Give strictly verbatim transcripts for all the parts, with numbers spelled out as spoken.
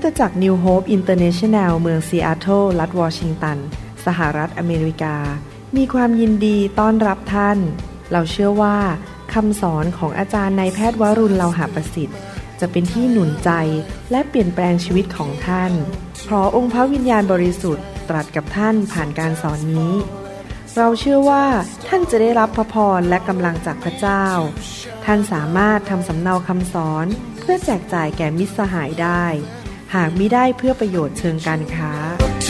ตจักร New Hope International เมืองซีแอตเทิลรัฐวอชิงตันสหรัฐอเมริกามีความยินดีต้อนรับท่านเราเชื่อว่าคำสอนของอาจารย์นายแพทย์วรุณ เลาหะประสิทธิ์จะเป็นที่หนุนใจและเปลี่ยนแปลงชีวิตของท่านขอองค์พระวิญญาณบริสุทธิ์ตรัสกับท่านผ่านการสอนนี้เราเชื่อว่าท่านจะได้รับพระพรและกำลังจากพระเจ้าท่านสามารถทำสำเนาคำสอนเพื่อแจกจ่ายแก่มิตรสหายได้หากมิได้เพื่อประโยชน์เชิงการค้า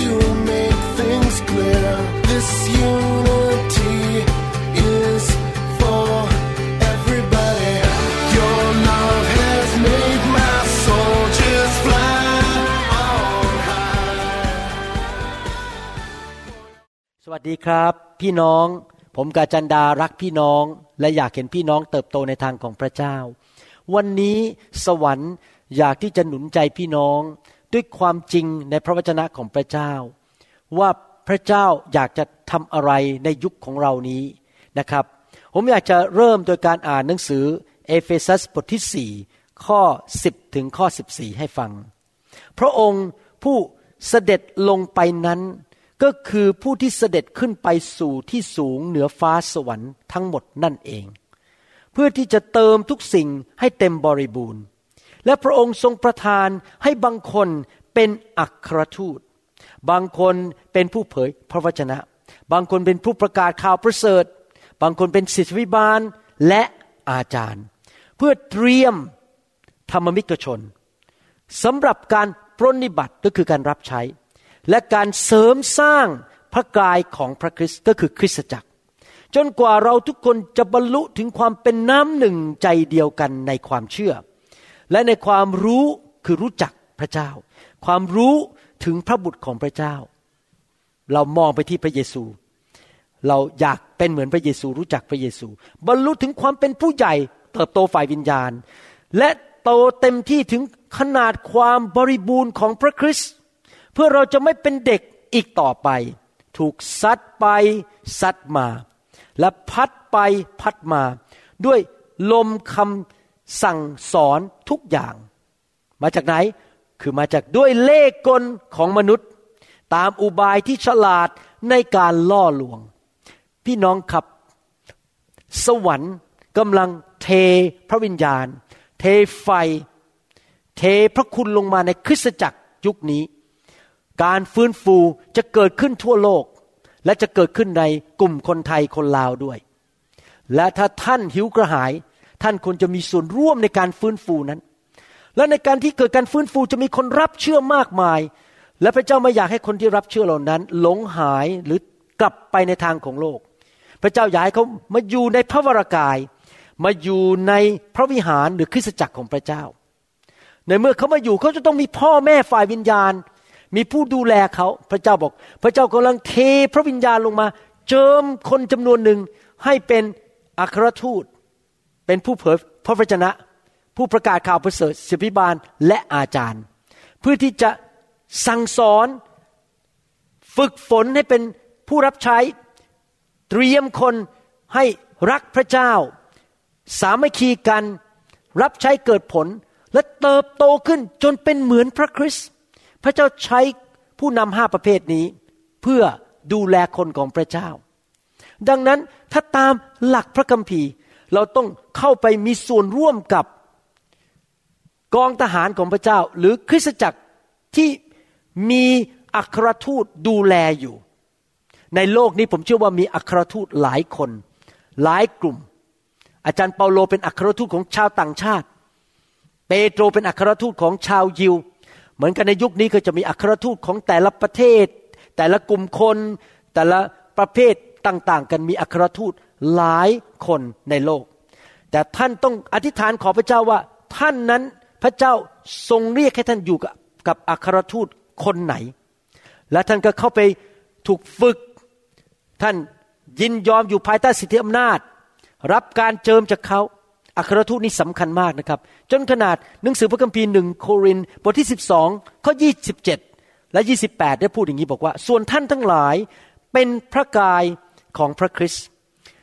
สวัสดีครับพี่น้องผมกาจันดารักพี่น้องและอยากเห็นพี่น้องเติบโตในทางของพระเจ้าวันนี้สวรรค์อยากที่จะหนุนใจพี่น้องด้วยความจริงในพระวจนะของพระเจ้าว่าพระเจ้าอยากจะทำอะไรในยุคของเรานี้นะครับผมอยากจะเริ่มโดยการอ่านหนังสือเอเฟซัสบทที่สี่ข้อสิบถึงข้อสิบสี่ให้ฟังพระองค์ผู้เสด็จลงไปนั้นก็คือผู้ที่เสด็จขึ้นไปสู่ที่สูงเหนือฟ้าสวรรค์ทั้งหมดนั่นเองเพื่อที่จะเติมทุกสิ่งให้เต็มบริบูรณ์และพระองค์ทรงประทานให้บางคนเป็นอัครทูตบางคนเป็นผู้เผยพระวจนะบางคนเป็นผู้ประกาศข่าวประเสริฐบางคนเป็นศิษยาภิบาลและอาจารย์เพื่อเตรียมธรรมมิกชนสำหรับการปรนนิบัติก็คือการรับใช้และการเสริมสร้างพระกายของพระคริสต์ก็คือคริสตจักรจนกว่าเราทุกคนจะบรรลุถึงความเป็นน้ำหนึ่งใจเดียวกันในความเชื่อและในความรู้คือรู้จักพระเจ้าความรู้ถึงพระบุตรของพระเจ้าเรามองไปที่พระเยซูเราอยากเป็นเหมือนพระเยซูรู้จักพระเยซูบรรลุถึงความเป็นผู้ใหญ่เติบโตฝ่ายวิญญาณและโตเต็มที่ถึงขนาดความบริบูรณ์ของพระคริสต์เพื่อเราจะไม่เป็นเด็กอีกต่อไปถูกซัดไปซัดมาและพัดไปพัดมาด้วยลมคำสั่งสอนทุกอย่างมาจากไหนคือมาจากด้วยเล่ห์กลของมนุษย์ตามอุบายที่ฉลาดในการล่อลวงพี่น้องครับสวรรค์กำลังเทพระวิญญาณเทไฟเทพระคุณลงมาในคริสตจักรยุคนี้การฟื้นฟูจะเกิดขึ้นทั่วโลกและจะเกิดขึ้นในกลุ่มคนไทยคนลาวด้วยและถ้าท่านหิวกระหายท่านควรจะมีส่วนร่วมในการฟื้นฟูนั้นและในการที่เกิดการฟื้นฟูจะมีคนรับเชื่อมากมายและพระเจ้าไม่อยากให้คนที่รับเชื่อเหล่านั้นหลงหายหรือกลับไปในทางของโลกพระเจ้าอยากให้เขามาอยู่ในพระวรากายมาอยู่ในพระวิหารหรือคริสตจักรของพระเจ้าในเมื่อเขามาอยู่เขาจะต้องมีพ่อแม่ฝ่ายวิญญาณมีผู้ดูแลเขาพระเจ้าบอกพระเจ้ากำลังเทพระวิญญาณลงมาเจิมคนจำนวนหนึ่งให้เป็นอัครทูตเป็นผู้เผยพระวจนะผู้ประกาศข่าวประเสริฐศิษยาภิบาลและอาจารย์เพื่อที่จะสั่งสอนฝึกฝนให้เป็นผู้รับใช้เตรียมคนให้รักพระเจ้าสามัคคีกันรับใช้เกิดผลและเติบโตขึ้นจนเป็นเหมือนพระคริสต์พระเจ้าใช้ผู้นำห้าประเภทนี้เพื่อดูแลคนของพระเจ้าดังนั้นถ้าตามหลักพระคัมภีร์เราต้องเข้าไปมีส่วนร่วมกับกองทหารของพระเจ้าหรือคริสตจักรที่มีอัครทูตดูแลอยู่ในโลกนี้ผมเชื่อว่ามีอัครทูตหลายคนหลายกลุ่มอาจารย์เปาโลเป็นอัครทูตของชาวต่างชาติเปโตรเป็นอัครทูตของชาวยิวเหมือนกันในยุคนี้ก็จะมีอัครทูตของแต่ละประเทศแต่ละกลุ่มคนแต่ละประเภทต่างๆกันมีอัครทูตหลายคนในโลกแต่ท่านต้องอธิษฐานขอพระเจ้าว่าท่านนั้นพระเจ้าทรงเรียกให้ท่านอยู่กับกับอัครทูตคนไหนและท่านก็เข้าไปถูกฝึกท่านยินยอมอยู่ภายใต้สิทธิอำนาจรับการเจิมจากเขาอัครทูตนี่สำคัญมากนะครับจนขนาดหนังสือพระคัมภีร์หนึ่งโครินธ์บทที่สิบสองข้อยี่สิบเจ็ดและยี่สิบแปดได้พูดอย่างนี้บอกว่าส่วนท่านทั้งหลายเป็นพระกายของพระคริสต์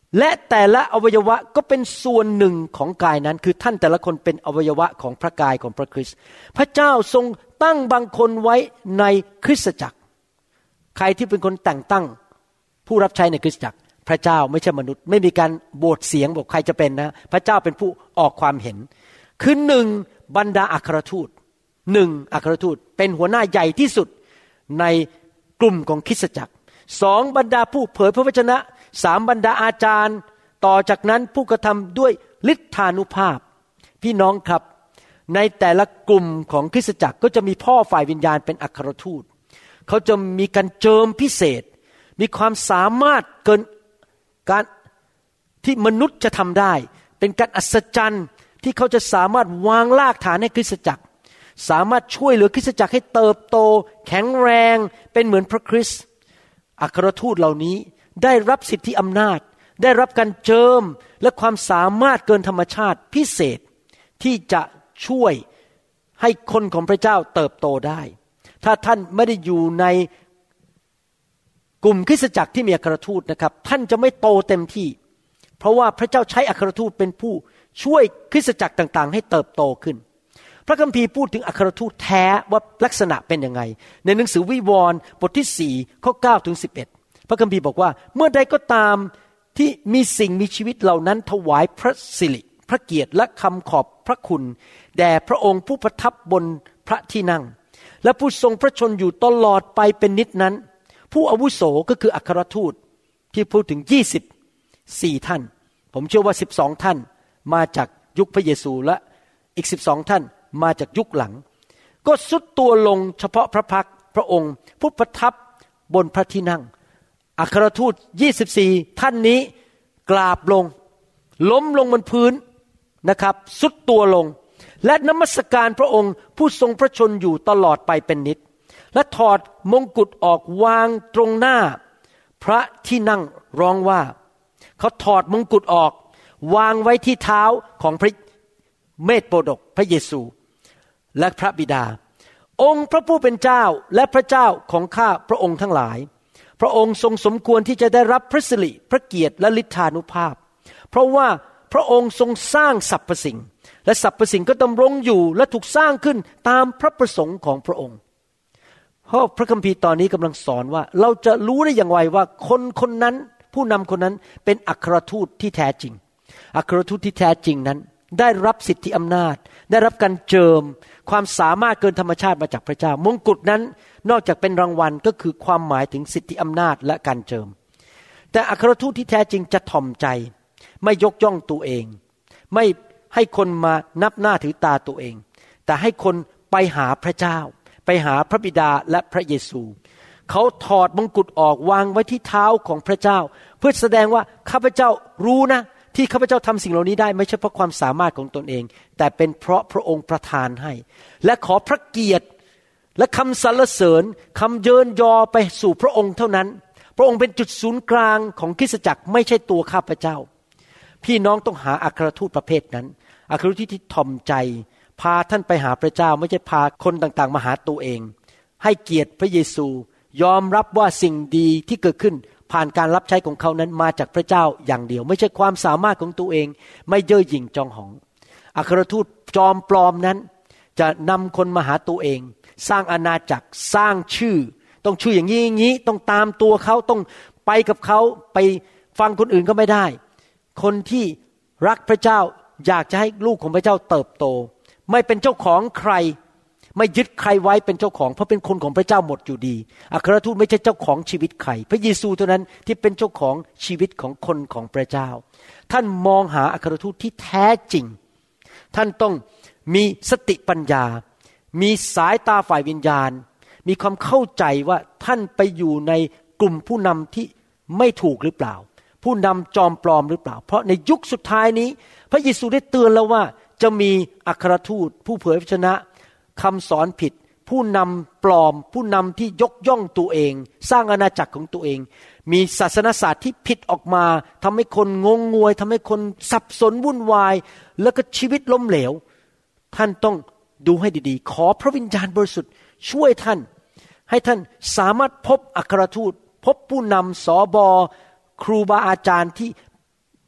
และแต่ละอวัยวะก็เป็นส่วนหนึ่งของกายนั้นคือท่านแต่ละคนเป็นอวัยวะของพระกายของพระคริสต์พระเจ้าทรงตั้งบางคนไว้ในคริสตจักรใครที่เป็นคนแต่งตั้งผู้รับใช้ในคริสตจักรพระเจ้าไม่ใช่มนุษย์ไม่มีการโหวตเสียงบอกใครจะเป็นนะพระเจ้าเป็นผู้ออกความเห็นคือหนึ่งบรรดาอัครทูตหนึ่งอัครทูตเป็นหัวหน้าใหญ่ที่สุดในกลุ่มของคริสตจักรสองบรรดาผู้เผยพระวจนะสามบรรดาอาจารย์ต่อจากนั้นผู้กระทำด้วยฤทธานุภาพพี่น้องครับในแต่ละกลุ่มของคริสตจักรก็จะมีพ่อฝ่ายวิญญาณเป็นอัครทูตเขาจะมีการเจิมพิเศษมีความสามารถเกินการที่มนุษย์จะทำได้เป็นการอัศจรรย์ที่เขาจะสามารถวางรากฐานให้คริสตจักรสามารถช่วยเหลือคริสตจักรให้เติบโตแข็งแรงเป็นเหมือนพระคริสต์อัครทูตเหล่านี้ได้รับสิทธิอำนาจได้รับการเจิมและความสามารถเกินธรรมชาติพิเศษที่จะช่วยให้คนของพระเจ้าเติบโตได้ถ้าท่านไม่ได้อยู่ในกลุ่มคริสตจักรที่มีอัครทูตนะครับท่านจะไม่โตเต็มที่เพราะว่าพระเจ้าใช้อัครทูตเป็นผู้ช่วยคริสตจักรต่างๆให้เติบโตขึ้นพระคัมภีร์พูดถึงอัครทูตแท้ว่าลักษณะเป็นยังไงในหนังสือวิวรณ์บทที่สี่ข้อเก้าถึงสิบเอ็ดพระคัมภีร์บอกว่าเมื่อใดก็ตามที่มีสิ่งมีชีวิตเหล่านั้นถวายพระสิริพระเกียรติและคำขอบพระคุณแด่พระองค์ผู้ประทับบนพระที่นั่งและผู้ทรงพระชนอยู่ตลอดไปเป็นนิจนั้นผู้อาวุโสก็คืออัครทูตที่พูดถึงยี่สิบสี่ท่านผมเชื่อว่าสิบสองท่านมาจากยุคพระเยซูและอีกสิบสองท่านมาจากยุคหลังก็สุดตัวลงเฉพาะพระพักพระองค์ผู้ประทับบนพระที่นั่งอัครทูตยี่สิบสี่ท่านนี้กราบลงล้มลงบนพื้นนะครับสุดตัวลงและนมัสการพระองค์ผู้ทรงพระชนอยู่ตลอดไปเป็นนิจและถอดมงกุฎออกวางตรงหน้าพระที่นั่งร้องว่าเขาถอดมงกุฎออกวางไว้ที่เท้าของพระเมธโปดกพระเยซูและพระบิดาองค์พระผู้เป็นเจ้าและพระเจ้าของข้าพระองค์ทั้งหลายพระองค์ทรงสมควรที่จะได้รับพระสิริพระเกียรติและฤทธานุภาพเพราะว่าพระองค์ทรงสร้างสรรพสิ่งและสรรพสิ่งก็ดำรงอยู่และถูกสร้างขึ้นตามพระประสงค์ของพระองค์เพราะพระคัมภีร์ตอนนี้กำลังสอนว่าเราจะรู้ได้อย่างไรว่าคนคนนั้นผู้นำคนนั้นเป็นอัครทูตที่แท้จริงอัครทูตที่แท้จริงนั้นได้รับสิทธิอำนาจได้รับการเจิมความสามารถเกินธรรมชาติมาจากพระเจ้ามงกุฎนั้นนอกจากเป็นรางวัลก็คือความหมายถึงสิทธิอำนาจและการเจิมแต่อัครทูตที่แท้จริงจะถ่อมใจไม่ยกย่องตัวเองไม่ให้คนมานับหน้าถือตาตัวเองแต่ให้คนไปหาพระเจ้าไปหาพระบิดาและพระเยซูเขาถอดมงกุฎออกวางไว้ที่เท้าของพระเจ้าเพื่อแสดงว่าข้าพเจ้ารู้นะที่ข้าพเจ้าทำสิ่งเหล่านี้ได้ไม่ใช่เพราะความสามารถของตนเองแต่เป็นเพราะพระองค์ประทานให้และขอพระเกียรติและคำสรรเสริญคำเยินยอไปสู่พระองค์เท่านั้นพระองค์เป็นจุดศูนย์กลางของคริสตจักรไม่ใช่ตัวข้าพเจ้าพี่น้องต้องหาอัครทูตประเภทนั้นอัครทูตที่ถ่อมใจพาท่านไปหาพระเจ้าไม่ใช่พาคนต่างๆมาหาตัวเองให้เกียรติพระเยซูยอมรับว่าสิ่งดีที่เกิดขึ้นผ่านการรับใช้ของเขานั้นมาจากพระเจ้าอย่างเดียวไม่ใช่ความสามารถของตัวเองไม่เย่อหยิ่งจองหองอัครทูตจอมปลอมนั้นจะนำคนมาหาตัวเองสร้างอาณาจักรสร้างชื่อต้องชื่ออย่างนี้อย่างนี้ต้องตามตัวเขาต้องไปกับเขาไปฟังคนอื่นก็ไม่ได้คนที่รักพระเจ้าอยากจะให้ลูกของพระเจ้าเติบโตไม่เป็นเจ้าของใครไม่ยึดใครไว้เป็นเจ้าของเพราะเป็นคนของพระเจ้าหมดอยู่ดีอัครทูตไม่ใช่เจ้าของชีวิตใครพระเยซูเท่านั้นที่เป็นเจ้าของชีวิตของคนของพระเจ้าท่านมองหาอัครทูตที่แท้จริงท่านต้องมีสติปัญญามีสายตาฝ่ายวิญญาณมีความเข้าใจว่าท่านไปอยู่ในกลุ่มผู้นำที่ไม่ถูกหรือเปล่าผู้นำจอมปลอมหรือเปล่าเพราะในยุคสุดท้ายนี้พระเยซูได้เตือนแล้วว่าจะมีอัครทูตผู้เผยพระชนะคำสอนผิดผู้นำปลอมผู้นำที่ยกย่องตัวเองสร้างอาณาจักรของตัวเองมีศาสนศาสตร์ที่ผิดออกมาทำให้คนงงงวยทำให้คนสับสนวุ่นวายแล้วก็ชีวิตล้มเหลวท่านต้องดูให้ดีๆขอพระวิญญาณบริสุทธิ์ช่วยท่านให้ท่านสามารถพบอัครทูตพบผู้นำสบครูบาอาจารย์ที่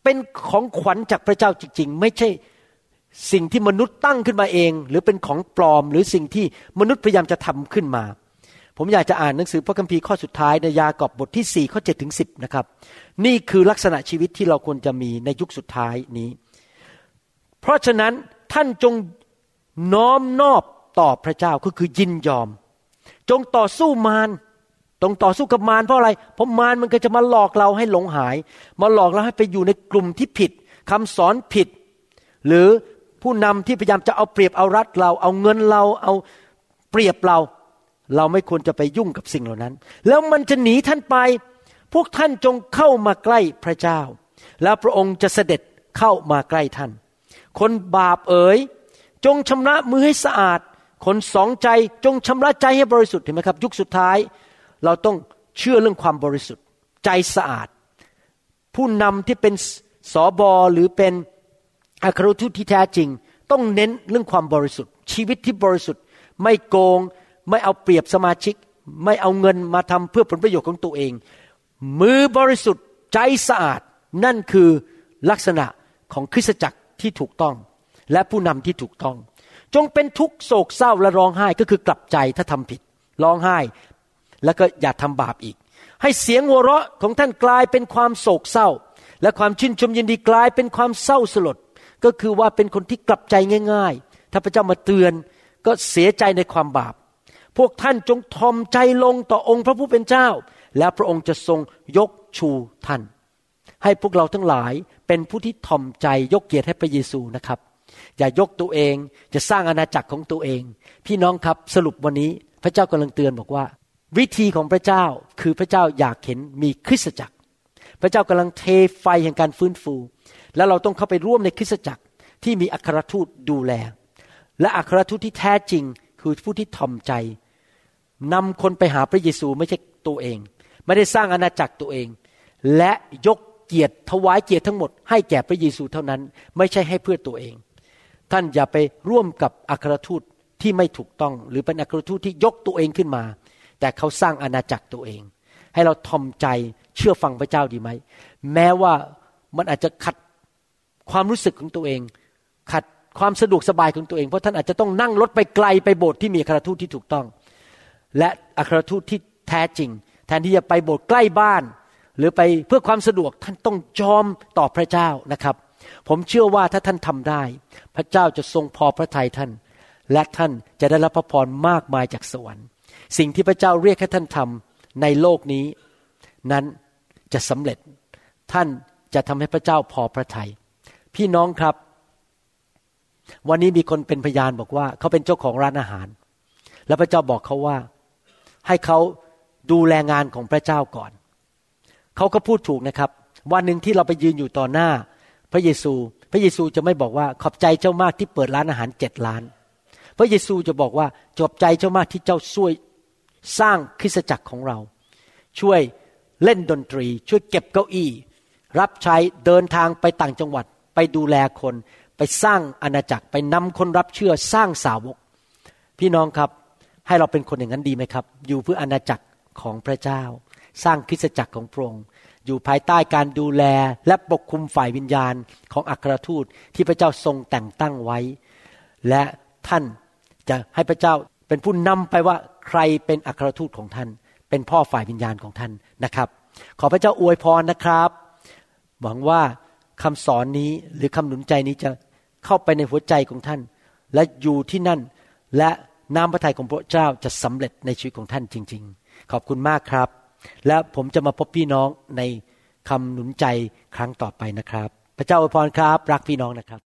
เป็นของขวัญจากพระเจ้าจริงๆไม่ใช่สิ่งที่มนุษย์ตั้งขึ้นมาเองหรือเป็นของปลอมหรือสิ่งที่มนุษย์พยายามจะทำขึ้นมาผมอยากจะอ่านหนังสือพระคัมภีร์ข้อสุดท้ายในยากอบบทที่สี่ข้อเจ็ดถึงสิบนะครับนี่คือลักษณะชีวิตที่เราควรจะมีในยุคสุดท้ายนี้เพราะฉะนั้นท่านจงน้อมนอบต่อพระเจ้าก็คือยินยอมจงต่อสู้มารต้องต่อสู้กับมารเพราะอะไรเพราะมารมันก็จะมาหลอกเราให้หลงหายมาหลอกเราให้ไปอยู่ในกลุ่มที่ผิดคำสอนผิดหรือผู้นำที่พยายามจะเอาเปรียบเอารัดเราเอาเงินเราเอาเปรียบเราเราไม่ควรจะไปยุ่งกับสิ่งเหล่านั้นแล้วมันจะหนีท่านไปพวกท่านจงเข้ามาใกล้พระเจ้าแล้วพระองค์จะเสด็จเข้ามาใกล้ท่านคนบาปเอ๋ยจงชำระมือให้สะอาดคนสองใจจงชำระใจให้บริสุทธิ์เห็นไหมครับยุคสุดท้ายเราต้องเชื่อเรื่องความบริสุทธิ์ใจสะอาดผู้นำที่เป็นสบหรือเป็นอัครทูตที่แท้จริงต้องเน้นเรื่องความบริสุทธิ์ชีวิตที่บริสุทธิ์ไม่โกงไม่เอาเปรียบสมาชิกไม่เอาเงินมาทำเพื่อผลประโยชน์ของตัวเองมือบริสุทธิ์ใจสะอาดนั่นคือลักษณะของคริสตจักรที่ถูกต้องและผู้นำที่ถูกต้องจงเป็นทุกข์โศกเศร้าและร้องไห้ก็คือกลับใจถ้าทำผิดร้องไห้แล้วก็อย่าทำบาปอีกให้เสียงหัวเราะของท่านกลายเป็นความโศกเศร้าและความชื่นชมยินดีกลายเป็นความเศร้าสลดก็คือว่าเป็นคนที่กลับใจง่ายๆถ้าพระเจ้ามาเตือนก็เสียใจในความบาปพวกท่านจงทอมใจลงต่อองค์พระผู้เป็นเจ้าแล้วพระองค์จะทรงยกชูท่านให้พวกเราทั้งหลายเป็นผู้ที่ทอมใจยกเกียรติให้พระเยซูนะครับอย่ายกตัวเองจะสร้างอาณาจักรของตัวเองพี่น้องครับสรุปวันนี้พระเจ้ากำลังเตือนบอกว่าวิธีของพระเจ้าคือพระเจ้าอยากเห็นมีคริสตจักรพระเจ้ากำลังเทไฟแห่งการฟื้นฟูแล้วเราต้องเข้าไปร่วมในคริสตจักรที่มีอัครทูตดูแลและอัครทูตที่แท้จริงคือผู้ที่ทอมใจนำคนไปหาพระเยซูไม่ใช่ตัวเองไม่ได้สร้างอาณาจักรตัวเองและยกเกียรติถวายเกียรติทั้งหมดให้แก่พระเยซูเท่านั้นไม่ใช่ให้เพื่อตัวเองท่านอย่าไปร่วมกับอัครทูตที่ไม่ถูกต้องหรือเป็นอัครทูตที่ยกตัวเองขึ้นมาแต่เขาสร้างอาณาจักรตัวเองให้เราทอมใจเชื่อฟังพระเจ้าดีไหมแม้ว่ามันอาจจะขัดความรู้สึกของตัวเองขัดความสะดวกสบายของตัวเองเพราะท่านอาจจะต้องนั่งรถไปไกลไปโบสถ์ที่มีอัครทูตที่ถูกต้องและอัครทูตที่แท้จริงแทนที่จะไปโบสถ์ใกล้บ้านหรือไปเพื่อความสะดวกท่านต้องยอมต่อพระเจ้านะครับผมเชื่อว่าถ้าท่านทำได้พระเจ้าจะทรงพอพระทัยท่านและท่านจะได้รับพระพรมากมายจากสวรรค์สิ่งที่พระเจ้าเรียกให้ท่านทำในโลกนี้นั้นจะสำเร็จท่านจะทำให้พระเจ้าพอพระทัยพี่น้องครับวันนี้มีคนเป็นพยานบอกว่าเขาเป็นเจ้าของร้านอาหารแล้วพระเจ้าบอกเขาว่าให้เขาดูแลงานของพระเจ้าก่อนเขาก็พูดถูกนะครับวันหนึ่งที่เราไปยืนอยู่ต่อหน้าพระเยซูพระเยซูจะไม่บอกว่าขอบใจเจ้ามากที่เปิดร้านอาหารเจ็ดล้านพระเยซูจะบอกว่าขอบใจเจ้ามากที่เจ้าช่วยสร้างคริสตจักรของเราช่วยเล่นดนตรีช่วยเก็บเก้าอี้รับใช้เดินทางไปต่างจังหวัดไปดูแลคนไปสร้างอาณาจักรไปนำคนรับเชื่อสร้างสาวกพี่น้องครับให้เราเป็นคนอย่างนั้นดีไหมครับอยู่เพื่ออาณาจักรของพระเจ้าสร้างคริสตจักรของพระองค์อยู่ภายใต้การดูแลและปกคุมฝ่ายวิญญาณของอัครทูตที่พระเจ้าทรงแต่งตั้งไว้และท่านจะให้พระเจ้าเป็นผู้นำไปว่าใครเป็นอัครทูตของท่านเป็นพ่อฝ่ายวิญญาณของท่านนะครับขอพระเจ้าอวยพรนะครับหวังว่าคำสอนนี้หรือคำหนุนใจนี้จะเข้าไปในหัวใจของท่านและอยู่ที่นั่นและน้ำพระทัยของพระเจ้าจะสำเร็จในชีวิตของท่านจริงๆขอบคุณมากครับและผมจะมาพบพี่น้องในคำหนุนใจครั้งต่อไปนะครับพระเจ้าอวยพรครับรักพี่น้องนะครับ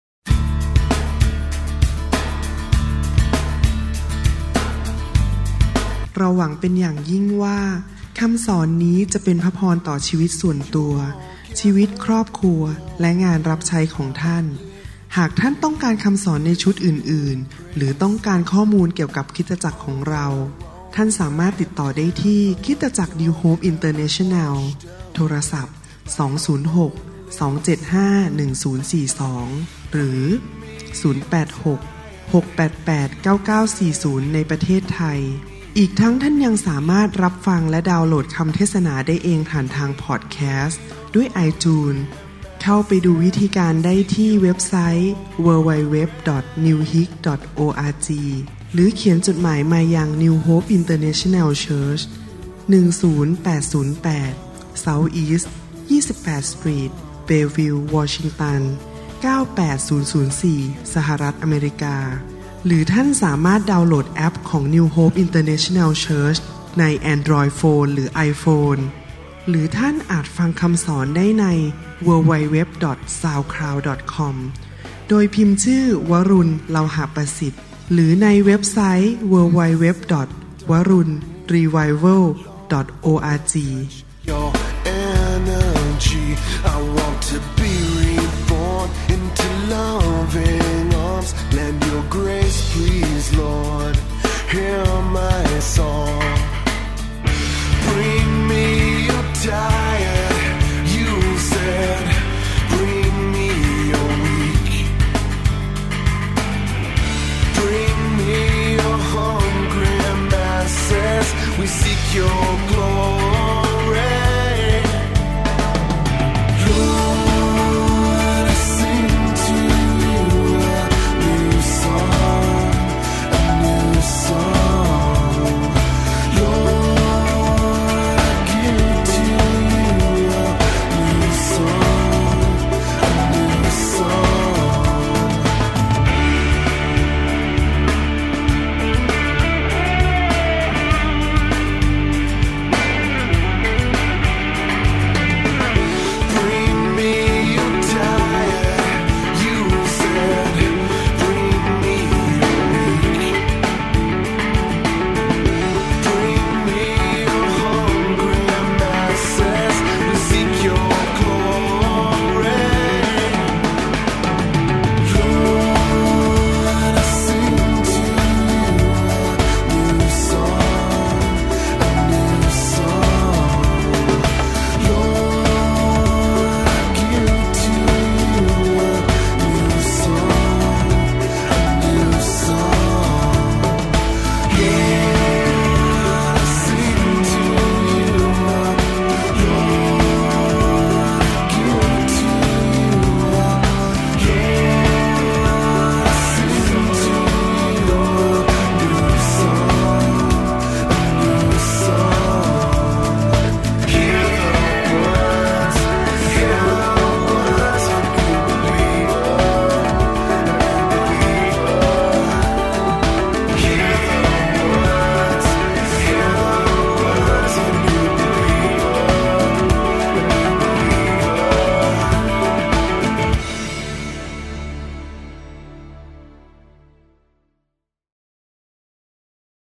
เราหวังเป็นอย่างยิ่งว่าคำสอนนี้จะเป็นพระพรต่อชีวิตส่วนตัวชีวิตครอบครัวและงานรับใช้ของท่านหากท่านต้องการคำสอนในชุดอื่นๆหรือต้องการข้อมูลเกี่ยวกับคริสตจักรของเราท่านสามารถติดต่อได้ที่คริสตจักร New Hope International โทรศัพท์สอง ศูนย์ หก สอง เจ็ด ห้า หนึ่ง ศูนย์ สี่ สองหรือศูนย์ แปด หก หก แปด แปด เก้า เก้า สี่ ศูนย์ในประเทศไทยอีกทั้งท่านยังสามารถรับฟังและดาวน์โหลดคำเทศนาได้เองผ่านทางพอดแคสต์ด้วย iTunes เข้าไปดูวิธีการได้ที่เว็บไซต์ ดับเบิลยู ดับเบิลยู ดับเบิลยู ดอท นิว โฮป ดอท โอ อาร์ จี หรือเขียนจดหมายมายัง New Hope International Church หนึ่งศูนย์แปดศูนย์แปด South East ยี่สิบแปด Street Bellevue Washington เก้าแปดศูนย์ศูนย์สี่ สหรัฐอเมริกาหรือท่านสามารถดาวน์โหลดแอปของ New Hope International Church ใน Android Phone หรือ iPhone หรือท่านอาจฟังคำสอนได้ใน ดับเบิลยู ดับเบิลยู ดับเบิลยู ดอท ซาวด์คลาวด์ ดอท คอม โดยพิมพ์ชื่อวรุณ เลาหะประสิทธิ์หรือในเว็บไซต์ ดับเบิลยู ดับเบิลยู ดับเบิลยู ดอท วรุณ รีไววัล ดอท โอ อาร์ จี Your energy, I want to be